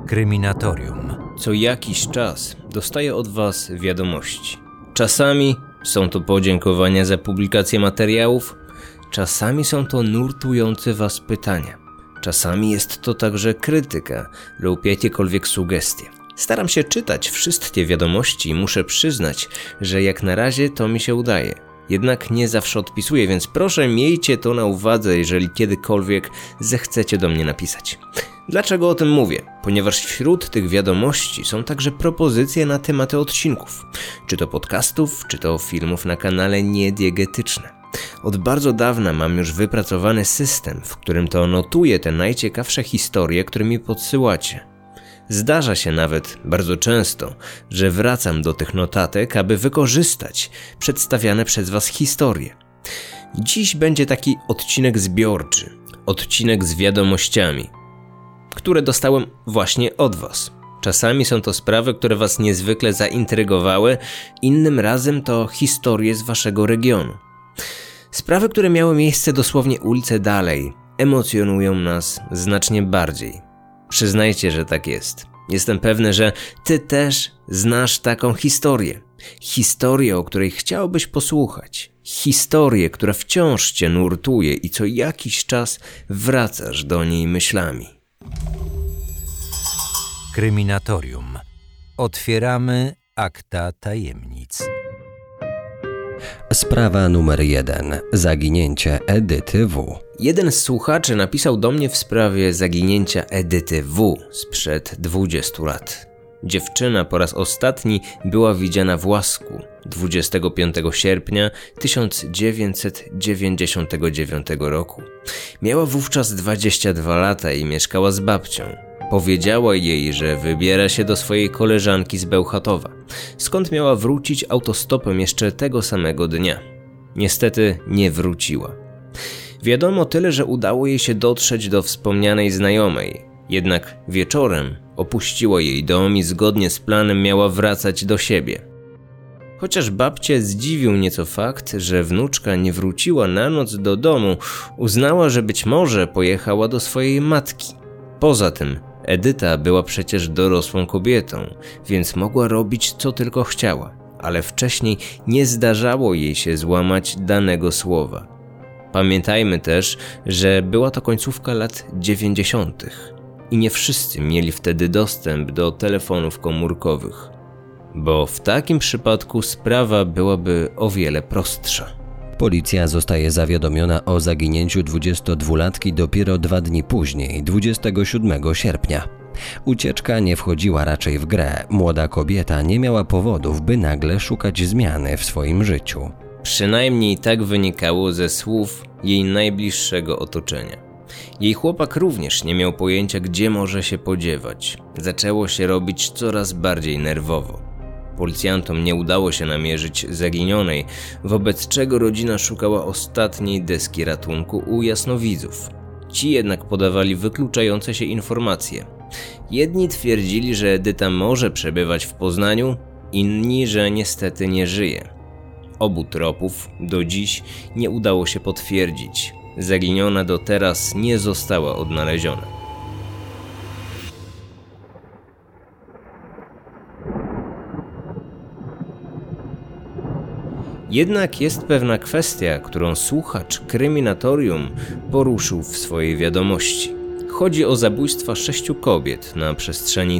Kryminatorium. Co jakiś czas dostaję od Was wiadomości. Czasami są to podziękowania za publikację materiałów, czasami są to nurtujące Was pytania. Czasami jest to także krytyka lub jakiekolwiek sugestie. Staram się czytać wszystkie wiadomości i muszę przyznać, że jak na razie to mi się udaje. Jednak nie zawsze odpisuję, więc proszę miejcie to na uwadze, jeżeli kiedykolwiek zechcecie do mnie napisać. Dlaczego o tym mówię? Ponieważ wśród tych wiadomości są także propozycje na tematy odcinków. Czy to podcastów, czy to filmów na kanale Niediegetyczne. Od bardzo dawna mam już wypracowany system, w którym to notuję te najciekawsze historie, które mi podsyłacie. Zdarza się nawet bardzo często, że wracam do tych notatek, aby wykorzystać przedstawiane przez Was historie. Dziś będzie taki odcinek zbiorczy, odcinek z wiadomościami, które dostałem właśnie od Was. Czasami są to sprawy, które Was niezwykle zaintrygowały, innym razem to historie z Waszego regionu. Sprawy, które miały miejsce dosłownie ulicę dalej, emocjonują nas znacznie bardziej. Przyznajcie, że tak jest. Jestem pewny, że Ty też znasz taką historię. Historię, o której chciałbyś posłuchać. Historię, która wciąż Cię nurtuje i co jakiś czas wracasz do niej myślami. Kryminatorium. Otwieramy akta tajemnic. Sprawa numer 1. Zaginięcie Edyty W. Jeden z słuchaczy napisał do mnie w sprawie zaginięcia Edyty W. sprzed 20 lat. Dziewczyna po raz ostatni była widziana w Łasku 25 sierpnia 1999 roku. Miała wówczas 22 lata i mieszkała z babcią. Powiedziała jej, że wybiera się do swojej koleżanki z Bełchatowa, skąd miała wrócić autostopem jeszcze tego samego dnia. Niestety nie wróciła. Wiadomo tyle, że udało jej się dotrzeć do wspomnianej znajomej, jednak wieczorem opuściła jej dom i zgodnie z planem miała wracać do siebie. Chociaż babcię zdziwił nieco fakt, że wnuczka nie wróciła na noc do domu, uznała, że być może pojechała do swojej matki. Poza tym Edyta była przecież dorosłą kobietą, więc mogła robić co tylko chciała, ale wcześniej nie zdarzało jej się złamać danego słowa. Pamiętajmy też, że była to końcówka lat 90. i nie wszyscy mieli wtedy dostęp do telefonów komórkowych, bo w takim przypadku sprawa byłaby o wiele prostsza. Policja zostaje zawiadomiona o zaginięciu 22-latki dopiero 2 dni później, 27 sierpnia. Ucieczka nie wchodziła raczej w grę. Młoda kobieta nie miała powodów, by nagle szukać zmiany w swoim życiu. Przynajmniej tak wynikało ze słów jej najbliższego otoczenia. Jej chłopak również nie miał pojęcia, gdzie może się podziewać. Zaczęło się robić coraz bardziej nerwowo. Policjantom nie udało się namierzyć zaginionej, wobec czego rodzina szukała ostatniej deski ratunku u jasnowidzów. Ci jednak podawali wykluczające się informacje. Jedni twierdzili, że Edyta może przebywać w Poznaniu, inni, że niestety nie żyje. Obu tropów do dziś nie udało się potwierdzić. Zaginiona do teraz nie została odnaleziona. Jednak jest pewna kwestia, którą słuchacz Kryminatorium poruszył w swojej wiadomości. Chodzi o zabójstwa 6 kobiet na przestrzeni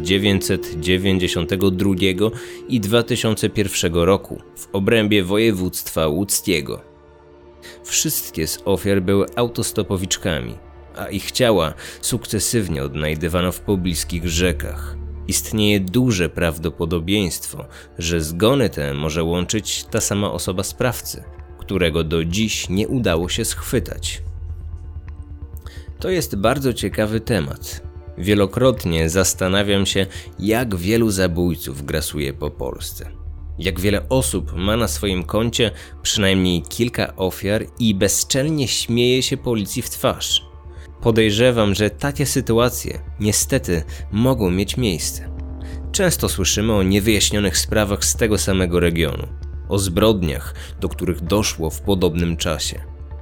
1992 i 2001 roku w obrębie województwa łódzkiego. Wszystkie z ofiar były autostopowiczkami, a ich ciała sukcesywnie odnajdywano w pobliskich rzekach. Istnieje duże prawdopodobieństwo, że zgony te może łączyć ta sama osoba sprawcy, którego do dziś nie udało się schwytać. To jest bardzo ciekawy temat. Wielokrotnie zastanawiam się, jak wielu zabójców grasuje po Polsce. Jak wiele osób ma na swoim koncie przynajmniej kilka ofiar i bezczelnie śmieje się policji w twarz. Podejrzewam, że takie sytuacje niestety mogą mieć miejsce. Często słyszymy o niewyjaśnionych sprawach z tego samego regionu, o zbrodniach, do których doszło w podobnym czasie.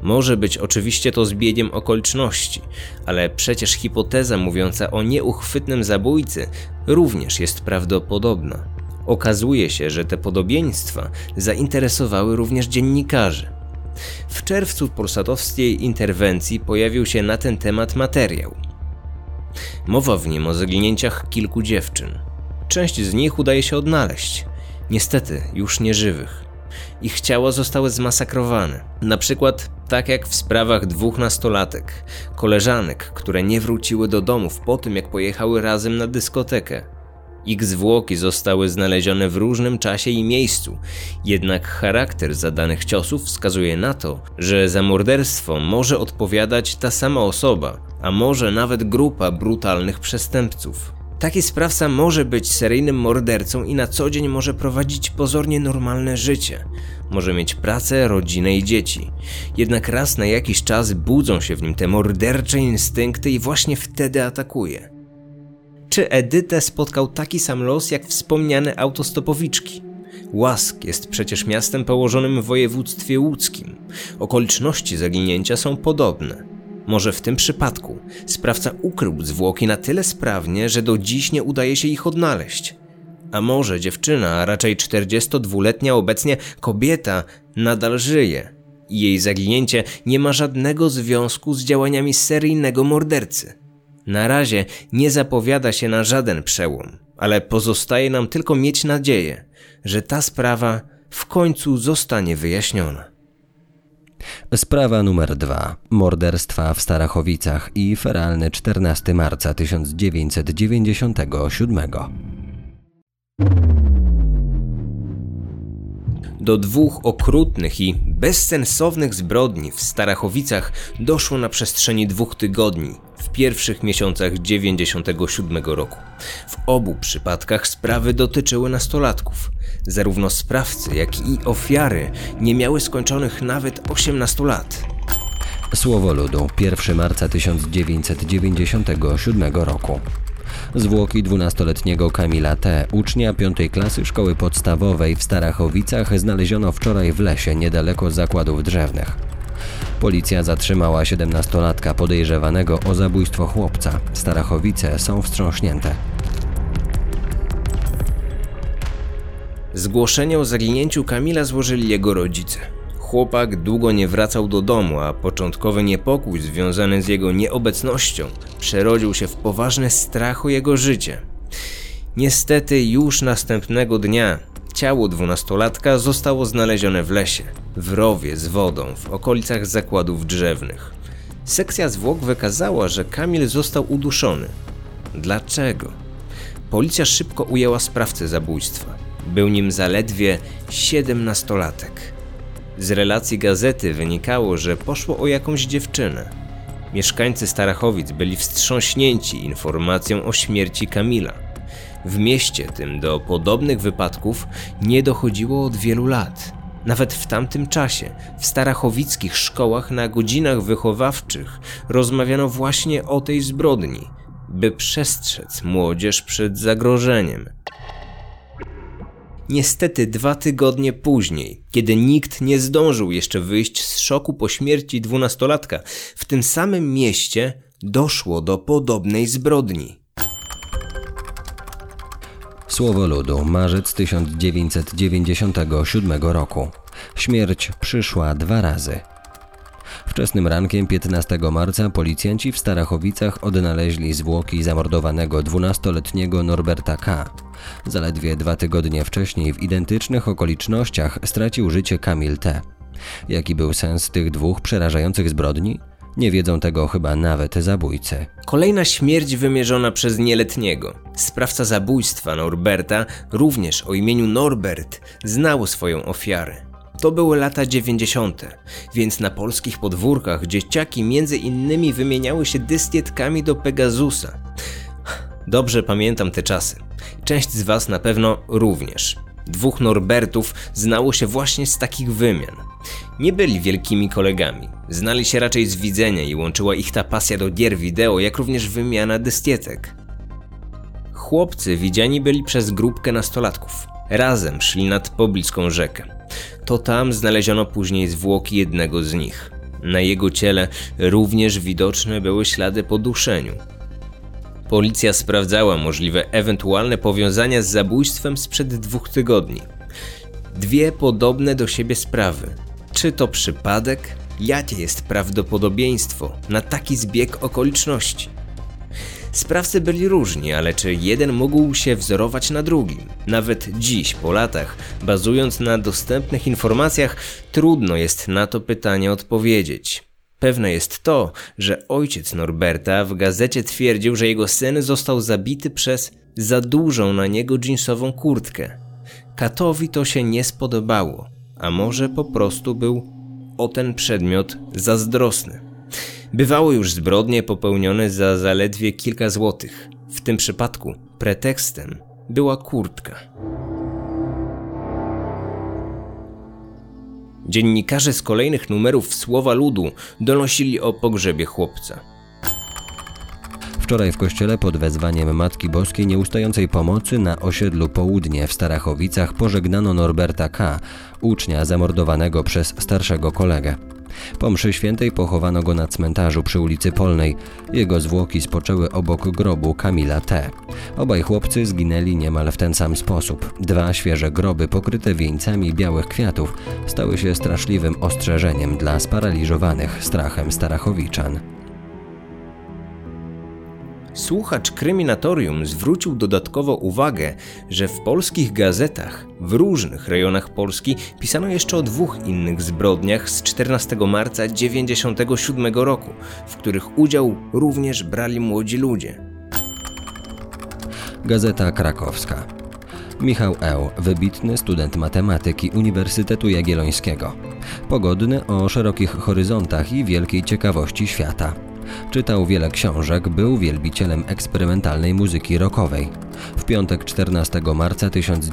Może być oczywiście to zbiegiem okoliczności, ale przecież hipoteza mówiąca o nieuchwytnym zabójcy również jest prawdopodobna. Okazuje się, że te podobieństwa zainteresowały również dziennikarzy. W czerwcu w polsatowskiej interwencji pojawił się na ten temat materiał. Mowa w nim o zaginięciach kilku dziewczyn. Część z nich udaje się odnaleźć, niestety już nieżywych. Ich ciała zostały zmasakrowane. Na przykład tak jak w sprawach 2 nastolatek, koleżanek, które nie wróciły do domów po tym, jak pojechały razem na dyskotekę. Ich zwłoki zostały znalezione w różnym czasie i miejscu, jednak charakter zadanych ciosów wskazuje na to, że za morderstwo może odpowiadać ta sama osoba, a może nawet grupa brutalnych przestępców. Taki sprawca może być seryjnym mordercą i na co dzień może prowadzić pozornie normalne życie. Może mieć pracę, rodzinę i dzieci. Jednak raz na jakiś czas budzą się w nim te mordercze instynkty i właśnie wtedy atakuje. Czy Edytę spotkał taki sam los jak wspomniane autostopowiczki? Łask jest przecież miastem położonym w województwie łódzkim. Okoliczności zaginięcia są podobne. Może w tym przypadku sprawca ukrył zwłoki na tyle sprawnie, że do dziś nie udaje się ich odnaleźć. A może dziewczyna, a raczej 42-letnia obecnie kobieta, nadal żyje i jej zaginięcie nie ma żadnego związku z działaniami seryjnego mordercy. Na razie nie zapowiada się na żaden przełom, ale pozostaje nam tylko mieć nadzieję, że ta sprawa w końcu zostanie wyjaśniona. Sprawa numer 2. Morderstwa w Starachowicach i feralny 14 marca 1997. Do 2 okrutnych i bezsensownych zbrodni w Starachowicach doszło na przestrzeni 2 tygodni w pierwszych miesiącach 1997 roku. W obu przypadkach sprawy dotyczyły nastolatków. Zarówno sprawcy, jak i ofiary nie miały skończonych nawet 18 lat. Słowo ludu, 1 marca 1997 roku. Zwłoki 12-letniego Kamila T., ucznia 5. klasy szkoły podstawowej w Starachowicach, znaleziono wczoraj w lesie niedaleko zakładów drzewnych. Policja zatrzymała 17-latka podejrzewanego o zabójstwo chłopca. Starachowice są wstrząśnięte. Zgłoszenie o zaginięciu Kamila złożyli jego rodzice. Chłopak długo nie wracał do domu, a początkowy niepokój związany z jego nieobecnością przerodził się w poważny strach o jego życie. Niestety już następnego dnia ciało 12-latka zostało znalezione w lesie, w rowie z wodą w okolicach zakładów drzewnych. Sekcja zwłok wykazała, że Kamil został uduszony. Dlaczego? Policja szybko ujęła sprawcę zabójstwa. Był nim zaledwie 17-latek. Z relacji gazety wynikało, że poszło o jakąś dziewczynę. Mieszkańcy Starachowic byli wstrząśnięci informacją o śmierci Kamila. W mieście tym do podobnych wypadków nie dochodziło od wielu lat. Nawet w tamtym czasie w starachowickich szkołach na godzinach wychowawczych rozmawiano właśnie o tej zbrodni, by przestrzec młodzież przed zagrożeniem. Niestety 2 tygodnie później, kiedy nikt nie zdążył jeszcze wyjść z szoku po śmierci 12-latka, w tym samym mieście doszło do podobnej zbrodni. Słowo ludu, marzec 1997 roku. Śmierć przyszła 2 razy. Wczesnym rankiem 15 marca policjanci w Starachowicach odnaleźli zwłoki zamordowanego 12-letniego Norberta K. Zaledwie 2 tygodnie wcześniej w identycznych okolicznościach stracił życie Kamil T. Jaki był sens tych 2 przerażających zbrodni? Nie wiedzą tego chyba nawet zabójcy. Kolejna śmierć wymierzona przez nieletniego. Sprawca zabójstwa Norberta, również o imieniu Norbert, znał swoją ofiarę. To były lata 90., więc na polskich podwórkach dzieciaki między innymi wymieniały się dystietkami do Pegasusa. Dobrze pamiętam te czasy. Część z was na pewno również. 2 Norbertów znało się właśnie z takich wymian. Nie byli wielkimi kolegami. Znali się raczej z widzenia i łączyła ich ta pasja do gier wideo, jak również wymiana dystietek. Chłopcy widziani byli przez grupkę nastolatków. Razem szli nad pobliską rzekę. To tam znaleziono później zwłoki jednego z nich. Na jego ciele również widoczne były ślady po duszeniu. Policja sprawdzała możliwe ewentualne powiązania z zabójstwem sprzed 2 tygodni. 2 podobne do siebie sprawy. Czy to przypadek? Jakie jest prawdopodobieństwo na taki zbieg okoliczności? Sprawcy byli różni, ale czy jeden mógł się wzorować na drugim? Nawet dziś, po latach, bazując na dostępnych informacjach, trudno jest na to pytanie odpowiedzieć. Pewne jest to, że ojciec Norberta w gazecie twierdził, że jego syn został zabity przez za dużą na niego dżinsową kurtkę. Katowi to się nie spodobało, a może po prostu był o ten przedmiot zazdrosny. Bywało już zbrodnie popełnione za zaledwie kilka złotych. W tym przypadku pretekstem była kurtka. Dziennikarze z kolejnych numerów Słowa Ludu donosili o pogrzebie chłopca. Wczoraj w kościele pod wezwaniem Matki Boskiej Nieustającej Pomocy na osiedlu Południe w Starachowicach pożegnano Norberta K., ucznia zamordowanego przez starszego kolegę. Po mszy świętej pochowano go na cmentarzu przy ulicy Polnej. Jego zwłoki spoczęły obok grobu Kamila T. Obaj chłopcy zginęli niemal w ten sam sposób. 2 świeże groby pokryte wieńcami białych kwiatów stały się straszliwym ostrzeżeniem dla sparaliżowanych strachem Starachowiczan. Słuchacz Kryminatorium zwrócił dodatkowo uwagę, że w polskich gazetach w różnych rejonach Polski pisano jeszcze o 2 innych zbrodniach z 14 marca 1997 roku, w których udział również brali młodzi ludzie. Gazeta Krakowska. Michał Eł, wybitny student matematyki Uniwersytetu Jagiellońskiego. Pogodny, o szerokich horyzontach i wielkiej ciekawości świata. Czytał wiele książek, był wielbicielem eksperymentalnej muzyki rockowej. W piątek 14 marca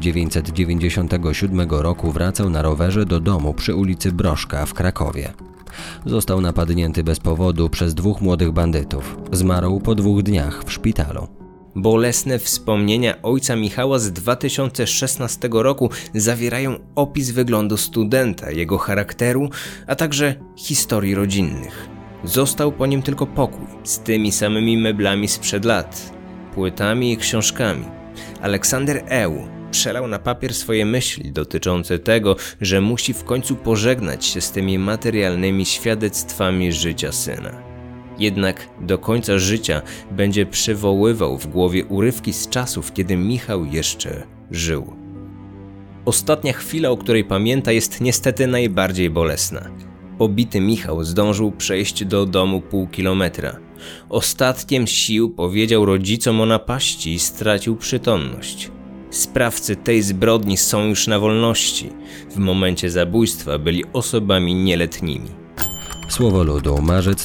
1997 roku wracał na rowerze do domu przy ulicy Broszka w Krakowie. Został napadnięty bez powodu przez 2 młodych bandytów. Zmarł po 2 dniach w szpitalu. Bolesne wspomnienia ojca Michała z 2016 roku zawierają opis wyglądu studenta, jego charakteru, a także historii rodzinnych. Został po nim tylko pokój, z tymi samymi meblami sprzed lat, płytami i książkami. Aleksander Eł przelał na papier swoje myśli dotyczące tego, że musi w końcu pożegnać się z tymi materialnymi świadectwami życia syna. Jednak do końca życia będzie przywoływał w głowie urywki z czasów, kiedy Michał jeszcze żył. Ostatnia chwila, o której pamięta, jest niestety najbardziej bolesna. Pobity Michał zdążył przejść do domu pół kilometra. Ostatkiem sił powiedział rodzicom o napaści i stracił przytomność. Sprawcy tej zbrodni są już na wolności. W momencie zabójstwa byli osobami nieletnimi. Słowo Ludu, marzec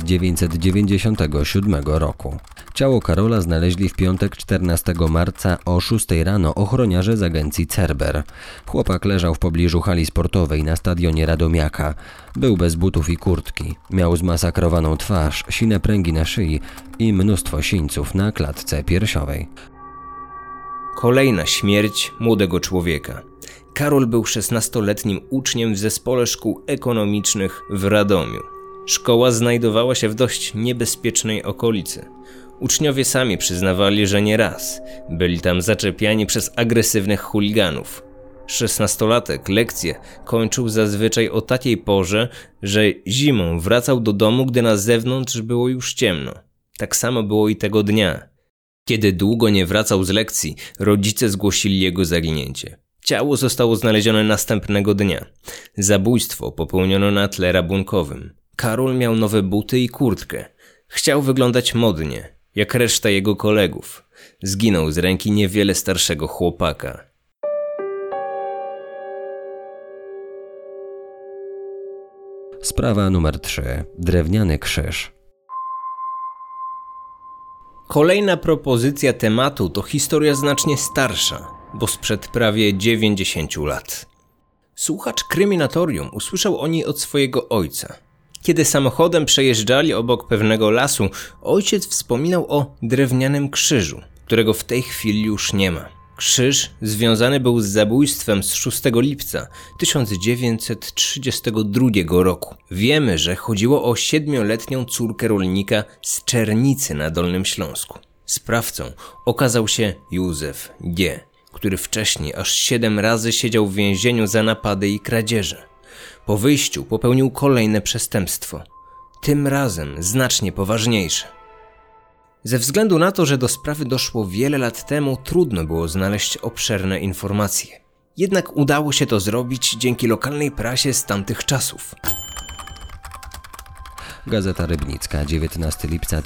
1997 roku. Ciało Karola znaleźli w piątek 14 marca o 6 rano ochroniarze z agencji Cerber. Chłopak leżał w pobliżu hali sportowej na stadionie Radomiaka. Był bez butów i kurtki. Miał zmasakrowaną twarz, sine pręgi na szyi i mnóstwo sińców na klatce piersiowej. Kolejna śmierć młodego człowieka. Karol był 16-letnim uczniem w zespole szkół ekonomicznych w Radomiu. Szkoła znajdowała się w dość niebezpiecznej okolicy. Uczniowie sami przyznawali, że nie raz byli tam zaczepiani przez agresywnych chuliganów. 16-latek lekcje kończył zazwyczaj o takiej porze, że zimą wracał do domu, gdy na zewnątrz było już ciemno. Tak samo było i tego dnia. Kiedy długo nie wracał z lekcji, rodzice zgłosili jego zaginięcie. Ciało zostało znalezione następnego dnia. Zabójstwo popełniono na tle rabunkowym. Karol miał nowe buty i kurtkę. Chciał wyglądać modnie, jak reszta jego kolegów. Zginął z ręki niewiele starszego chłopaka. Sprawa numer 3. Drewniany krzyż. Kolejna propozycja tematu to historia znacznie starsza, bo sprzed prawie 90 lat. Słuchacz Kryminatorium usłyszał o niej od swojego ojca. Kiedy samochodem przejeżdżali obok pewnego lasu, ojciec wspominał o drewnianym krzyżu, którego w tej chwili już nie ma. Krzyż związany był z zabójstwem z 6 lipca 1932 roku. Wiemy, że chodziło o 7-letnią córkę rolnika z Czernicy na Dolnym Śląsku. Sprawcą okazał się Józef G., który wcześniej aż 7 razy siedział w więzieniu za napady i kradzieże. Po wyjściu popełnił kolejne przestępstwo, tym razem znacznie poważniejsze. Ze względu na to, że do sprawy doszło wiele lat temu, trudno było znaleźć obszerne informacje. Jednak udało się to zrobić dzięki lokalnej prasie z tamtych czasów. Gazeta Rybnicka, 19 lipca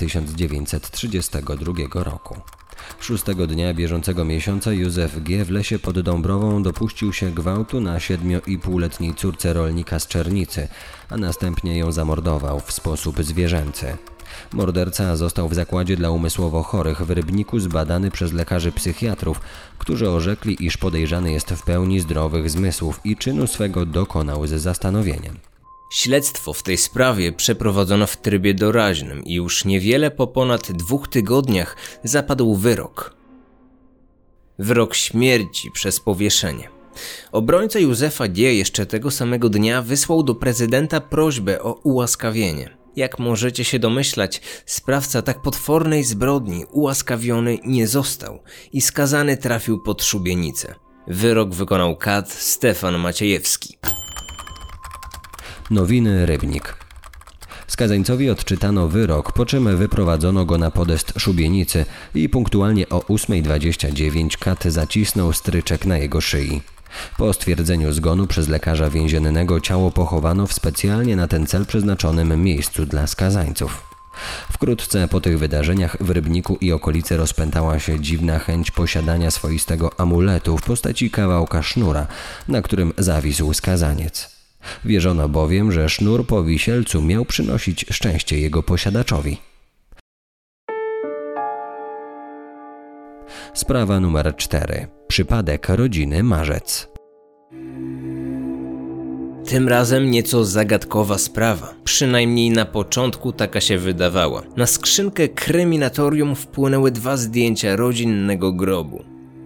1932 roku. 6 dnia bieżącego miesiąca Józef G. w lesie pod Dąbrową dopuścił się gwałtu na 7,5-letniej córce rolnika z Czernicy, a następnie ją zamordował w sposób zwierzęcy. Morderca został w zakładzie dla umysłowo chorych w Rybniku zbadany przez lekarzy psychiatrów, którzy orzekli, iż podejrzany jest w pełni zdrowych zmysłów i czynu swego dokonał z zastanowieniem. Śledztwo w tej sprawie przeprowadzono w trybie doraźnym i już niewiele po ponad 2 tygodniach zapadł wyrok. Wyrok śmierci przez powieszenie. Obrońca Józefa G. jeszcze tego samego dnia wysłał do prezydenta prośbę o ułaskawienie. Jak możecie się domyślać, sprawca tak potwornej zbrodni ułaskawiony nie został i skazany trafił pod szubienicę. Wyrok wykonał kat Stefan Maciejewski. Nowiny Rybnik. Skazańcowi odczytano wyrok, po czym wyprowadzono go na podest szubienicy i punktualnie o 8:29 kat zacisnął stryczek na jego szyi. Po stwierdzeniu zgonu przez lekarza więziennego ciało pochowano w specjalnie na ten cel przeznaczonym miejscu dla skazańców. Wkrótce po tych wydarzeniach w Rybniku i okolicy rozpętała się dziwna chęć posiadania swoistego amuletu w postaci kawałka sznura, na którym zawisł skazaniec. Wierzono bowiem, że sznur po wisielcu miał przynosić szczęście jego posiadaczowi. Sprawa numer 4. Przypadek rodziny Marzec. Tym razem nieco zagadkowa sprawa. Przynajmniej na początku taka się wydawała. Na skrzynkę kryminatorium wpłynęły 2 zdjęcia rodzinnego grobu.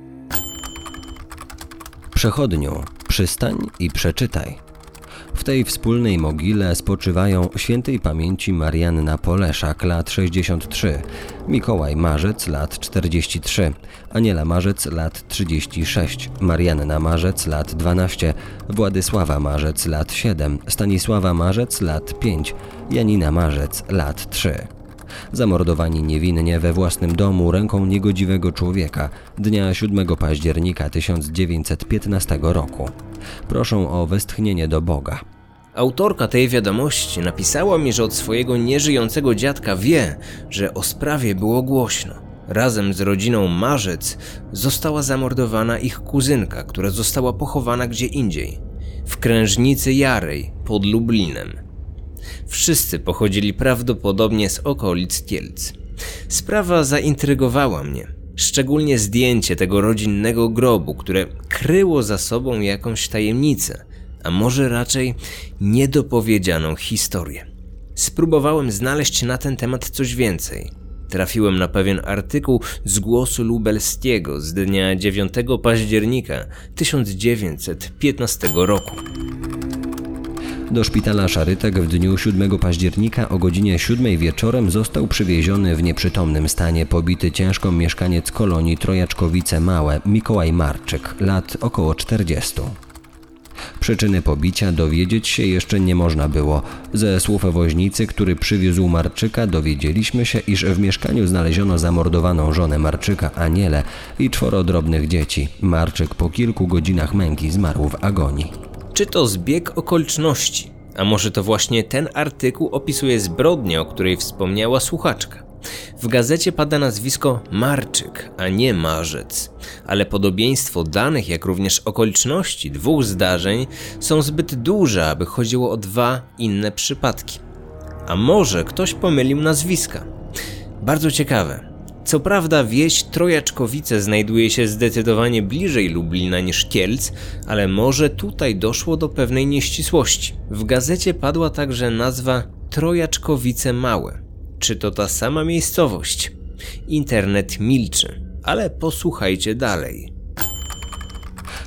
Przechodniu, przystań i przeczytaj. W tej wspólnej mogile spoczywają świętej pamięci Marianna Poleszak, lat 63, Mikołaj Marzec, lat 43, Aniela Marzec, lat 36, Marianna Marzec, lat 12, Władysława Marzec, lat 7, Stanisława Marzec, lat 5, Janina Marzec, lat 3. Zamordowani niewinnie we własnym domu ręką niegodziwego człowieka dnia 7 października 1915 roku. Proszę o westchnienie do Boga. Autorka tej wiadomości napisała mi, że od swojego nieżyjącego dziadka wie, że o sprawie było głośno. Razem z rodziną Marzec została zamordowana ich kuzynka, która została pochowana gdzie indziej, w Krężnicy Jarej pod Lublinem. Wszyscy pochodzili prawdopodobnie z okolic Kielc. Sprawa zaintrygowała mnie, szczególnie zdjęcie tego rodzinnego grobu, które kryło za sobą jakąś tajemnicę, a może raczej niedopowiedzianą historię. Spróbowałem znaleźć na ten temat coś więcej. Trafiłem na pewien artykuł z Głosu Lubelskiego z dnia 9 października 1915 roku. Do szpitala Szarytek w dniu 7 października o godzinie 7 wieczorem został przywieziony w nieprzytomnym stanie pobity ciężko mieszkaniec kolonii Trojaczkowice Małe Mikołaj Marczyk, lat około 40. Przyczyny pobicia dowiedzieć się jeszcze nie można było. Ze słów woźnicy, który przywiózł Marczyka, dowiedzieliśmy się, iż w mieszkaniu znaleziono zamordowaną żonę Marczyka, Anielę, i 4 drobnych dzieci. Marczyk po kilku godzinach męki zmarł w agonii. Czy to zbieg okoliczności? A może to właśnie ten artykuł opisuje zbrodnię, o której wspomniała słuchaczka? W gazecie pada nazwisko Marczyk, a nie Marzec, ale podobieństwo danych, jak również okoliczności 2 zdarzeń są zbyt duże, aby chodziło o 2 inne przypadki. A może ktoś pomylił nazwiska? Bardzo ciekawe. Co prawda wieś Trojaczkowice znajduje się zdecydowanie bliżej Lublina niż Kielc, ale może tutaj doszło do pewnej nieścisłości. W gazecie padła także nazwa Trojaczkowice Małe. Czy to ta sama miejscowość? Internet milczy, ale posłuchajcie dalej.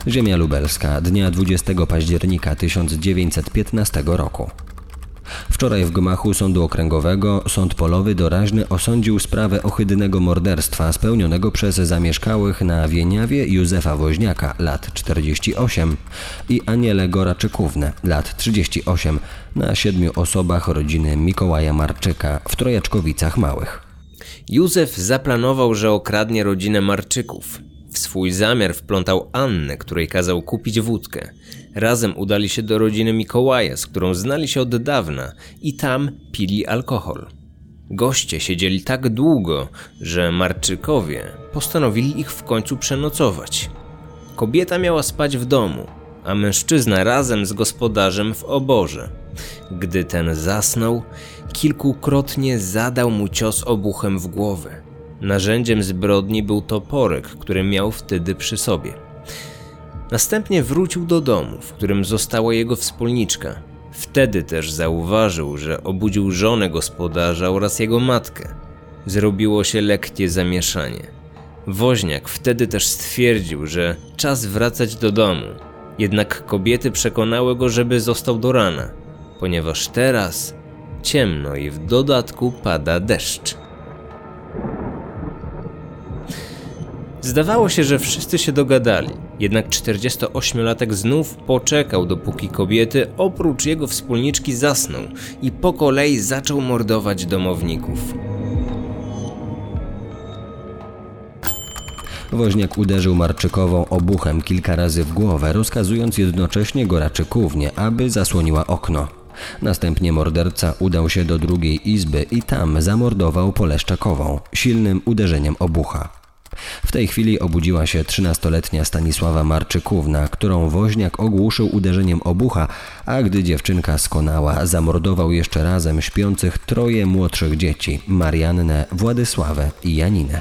Ziemia lubelska, dnia 20 października 1915 roku. Wczoraj w gmachu Sądu Okręgowego Sąd Polowy doraźny osądził sprawę ohydnego morderstwa spełnionego przez zamieszkałych na Wieniawie Józefa Woźniaka, lat 48, i Anielę Goraczykównę, lat 38, na 7 osobach rodziny Mikołaja Marczyka w Trojaczkowicach Małych. Józef zaplanował, że okradnie rodzinę Marczyków. W swój zamiar wplątał Annę, której kazał kupić wódkę. Razem udali się do rodziny Mikołaja, z którą znali się od dawna, i tam pili alkohol. Goście siedzieli tak długo, że Marczykowie postanowili ich w końcu przenocować. Kobieta miała spać w domu, a mężczyzna razem z gospodarzem w oborze. Gdy ten zasnął, kilkukrotnie zadał mu cios obuchem w głowę. Narzędziem zbrodni był toporek, który miał wtedy przy sobie. Następnie wrócił do domu, w którym została jego wspólniczka. Wtedy też zauważył, że obudził żonę gospodarza oraz jego matkę. Zrobiło się lekkie zamieszanie. Woźniak wtedy też stwierdził, że czas wracać do domu. Jednak kobiety przekonały go, żeby został do rana, ponieważ teraz ciemno i w dodatku pada deszcz. Zdawało się, że wszyscy się dogadali, jednak 48-latek znów poczekał, dopóki kobiety oprócz jego wspólniczki zasnął i po kolei zaczął mordować domowników. Woźniak uderzył Marczykową obuchem kilka razy w głowę, rozkazując jednocześnie Goraczykównie, aby zasłoniła okno. Następnie morderca udał się do drugiej izby i tam zamordował Poleszczakową silnym uderzeniem obucha. W tej chwili obudziła się 13-letnia Stanisława Marczykówna, którą Woźniak ogłuszył uderzeniem obucha, a gdy dziewczynka skonała, zamordował jeszcze razem śpiących 3 młodszych dzieci: Mariannę, Władysławę i Janinę.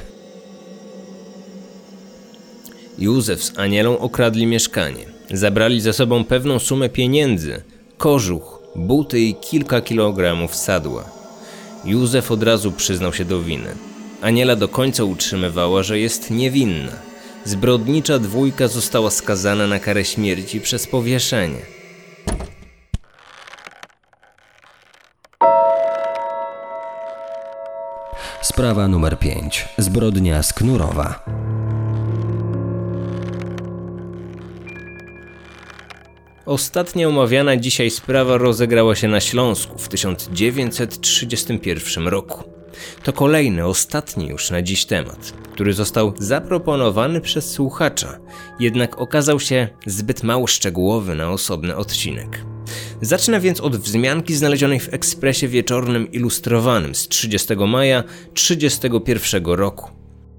Józef z Anielą okradli mieszkanie. Zabrali ze sobą pewną sumę pieniędzy, kożuch, buty i kilka kilogramów sadła. Józef od razu przyznał się do winy. Aniela do końca utrzymywała, że jest niewinna. Zbrodnicza dwójka została skazana na karę śmierci przez powieszenie. Sprawa numer 5. Zbrodnia z Knurowa. Ostatnia omawiana dzisiaj sprawa rozegrała się na Śląsku w 1931 roku. To kolejny, ostatni już na dziś temat, który został zaproponowany przez słuchacza, jednak okazał się zbyt mało szczegółowy na osobny odcinek. Zacznę więc od wzmianki znalezionej w Ekspresie Wieczornym Ilustrowanym z 30 maja 1931 roku.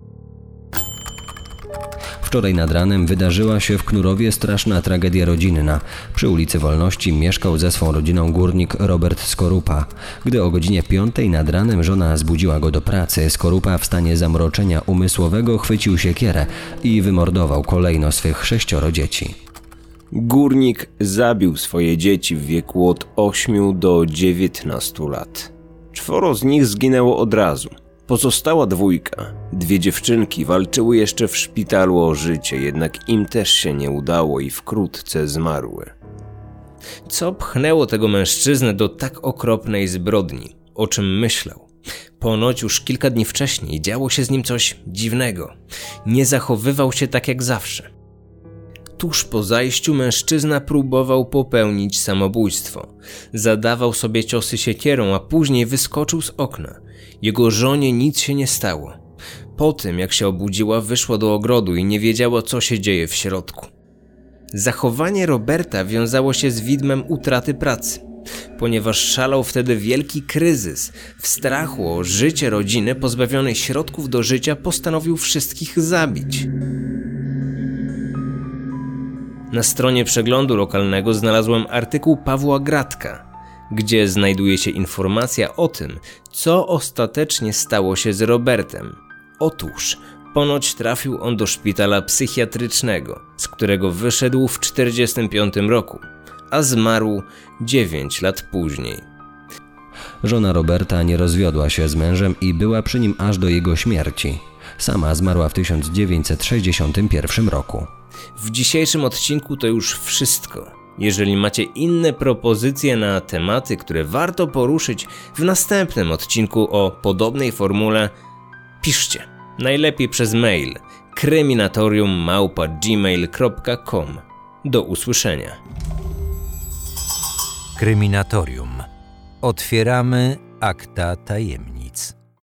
Wczoraj nad ranem wydarzyła się w Knurowie straszna tragedia rodzinna. Przy ulicy Wolności mieszkał ze swą rodziną górnik Robert Skorupa. Gdy o godzinie 5 nad ranem żona zbudziła go do pracy, Skorupa w stanie zamroczenia umysłowego chwycił siekierę i wymordował kolejno swych 6 dzieci. Górnik zabił swoje dzieci w wieku od 8 do 19 lat. 4 z nich zginęło od razu. Pozostała 2, 2 dziewczynki, walczyły jeszcze w szpitalu o życie, jednak im też się nie udało i wkrótce zmarły. Co pchnęło tego mężczyznę do tak okropnej zbrodni? O czym myślał? Ponoć już kilka dni wcześniej działo się z nim coś dziwnego. Nie zachowywał się tak jak zawsze. Tuż po zajściu mężczyzna próbował popełnić samobójstwo. Zadawał sobie ciosy siekierą, a później wyskoczył z okna. Jego żonie nic się nie stało. Po tym, jak się obudziła, wyszła do ogrodu i nie wiedziała, co się dzieje w środku. Zachowanie Roberta wiązało się z widmem utraty pracy, ponieważ szalał wtedy wielki kryzys. W strachu o życie rodziny pozbawionej środków do życia postanowił wszystkich zabić. Na stronie przeglądu lokalnego znalazłem artykuł Pawła Gratka, gdzie znajduje się informacja o tym, co ostatecznie stało się z Robertem. Otóż ponoć trafił on do szpitala psychiatrycznego, z którego wyszedł w 1945 roku, a zmarł 9 lat później. Żona Roberta nie rozwiodła się z mężem i była przy nim aż do jego śmierci. Sama zmarła w 1961 roku. W dzisiejszym odcinku to już wszystko. Jeżeli macie inne propozycje na tematy, które warto poruszyć w następnym odcinku o podobnej formule, piszcie. Najlepiej przez mail kryminatorium@gmail.com. Do usłyszenia. Kryminatorium. Otwieramy akta tajemnic.